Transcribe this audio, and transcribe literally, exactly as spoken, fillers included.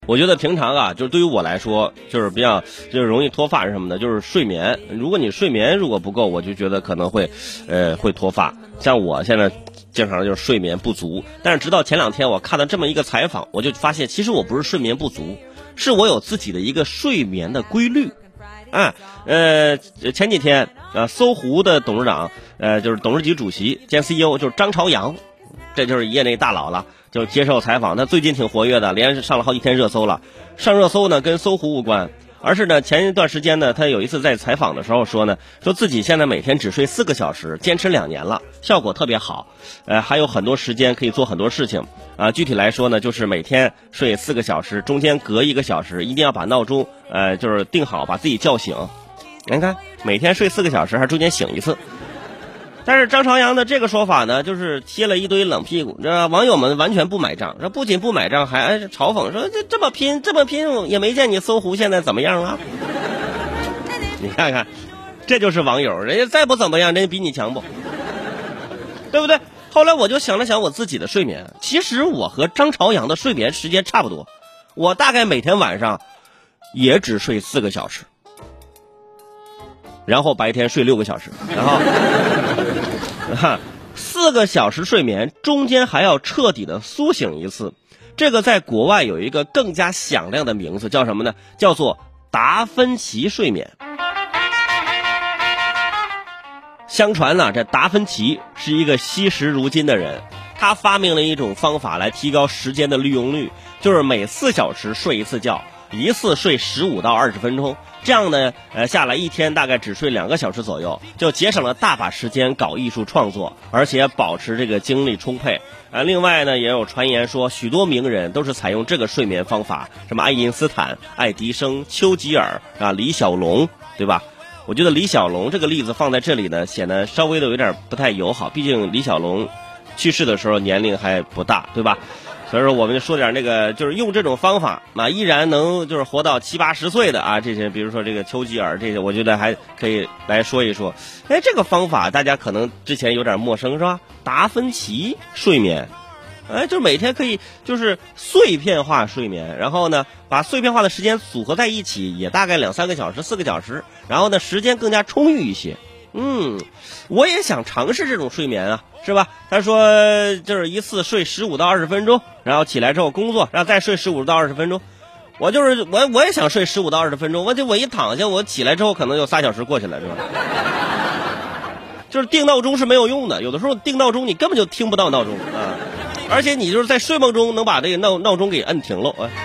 我觉得平常啊，就是对于我来说，就是比较就是容易脱发什么的，就是睡眠。如果你睡眠如果不够，我就觉得可能会，呃，会脱发。像我现在经常就是睡眠不足，但是直到前两天我看了这么一个采访，我就发现其实我不是睡眠不足，是我有自己的一个睡眠的规律。啊，呃，前几天呃，搜狐的董事长，呃，就是董事局主席兼 C E O 就是张朝阳，这就是业内大佬了。就接受采访，他最近挺活跃的，连上了好几天热搜了。上热搜呢跟搜狐无关，而是呢前一段时间呢，他有一次在采访的时候说呢，说自己现在每天只睡四个小时，坚持两年了，效果特别好，呃，还有很多时间可以做很多事情啊、呃。具体来说呢，就是每天睡四个小时，中间隔一个小时，一定要把闹钟呃就是定好，把自己叫醒。你看，每天睡四个小时，还中间醒一次。但是张朝阳的这个说法呢，就是贴了一堆冷屁股，这网友们完全不买账，这不仅不买账，还嘲讽说这这么拼，这么拼也没见你搜狐现在怎么样啊？你看看，这就是网友，人家再不怎么样，人家比你强不？对不对？后来我就想了想我自己的睡眠，其实我和张朝阳的睡眠时间差不多，我大概每天晚上也只睡四个小时。然后白天睡六个小时，然后哈四个小时睡眠，中间还要彻底的苏醒一次。这个在国外有一个更加响亮的名字，叫什么呢？叫做达芬奇睡眠。相传呢、啊，这达芬奇是一个惜时如金的人，他发明了一种方法来提高时间的利用率，就是每四小时睡一次觉，一次睡十五到二十分钟。这样呢，呃，下来一天大概只睡两个小时左右，就节省了大把时间搞艺术创作，而且保持这个精力充沛。啊，另外呢，也有传言说，许多名人都是采用这个睡眠方法，什么爱因斯坦、爱迪生、丘吉尔啊、李小龙，对吧？我觉得李小龙这个例子放在这里呢，显得稍微的有点不太友好，毕竟李小龙去世的时候年龄还不大，对吧？所以说我们说点那个，就是用这种方法啊，依然能就是活到七八十岁的啊，这些比如说这个丘吉尔，这些我觉得还可以来说一说。哎，这个方法大家可能之前有点陌生是吧？达芬奇睡眠，哎，就是每天可以就是碎片化睡眠，然后呢把碎片化的时间组合在一起，也大概两三个小时、四个小时，然后呢时间更加充裕一些。嗯，我也想尝试这种睡眠啊，是吧？他说就是一次睡十五到二十分钟，然后起来之后工作，然后再睡十五到二十分钟。我就是我我也想睡十五到二十分钟，我就我一躺下，我起来之后可能有仨小时过去了，是吧？就是定闹钟是没有用的，有的时候定闹钟你根本就听不到闹钟啊，而且你就是在睡梦中能把这个闹闹钟给摁停了啊。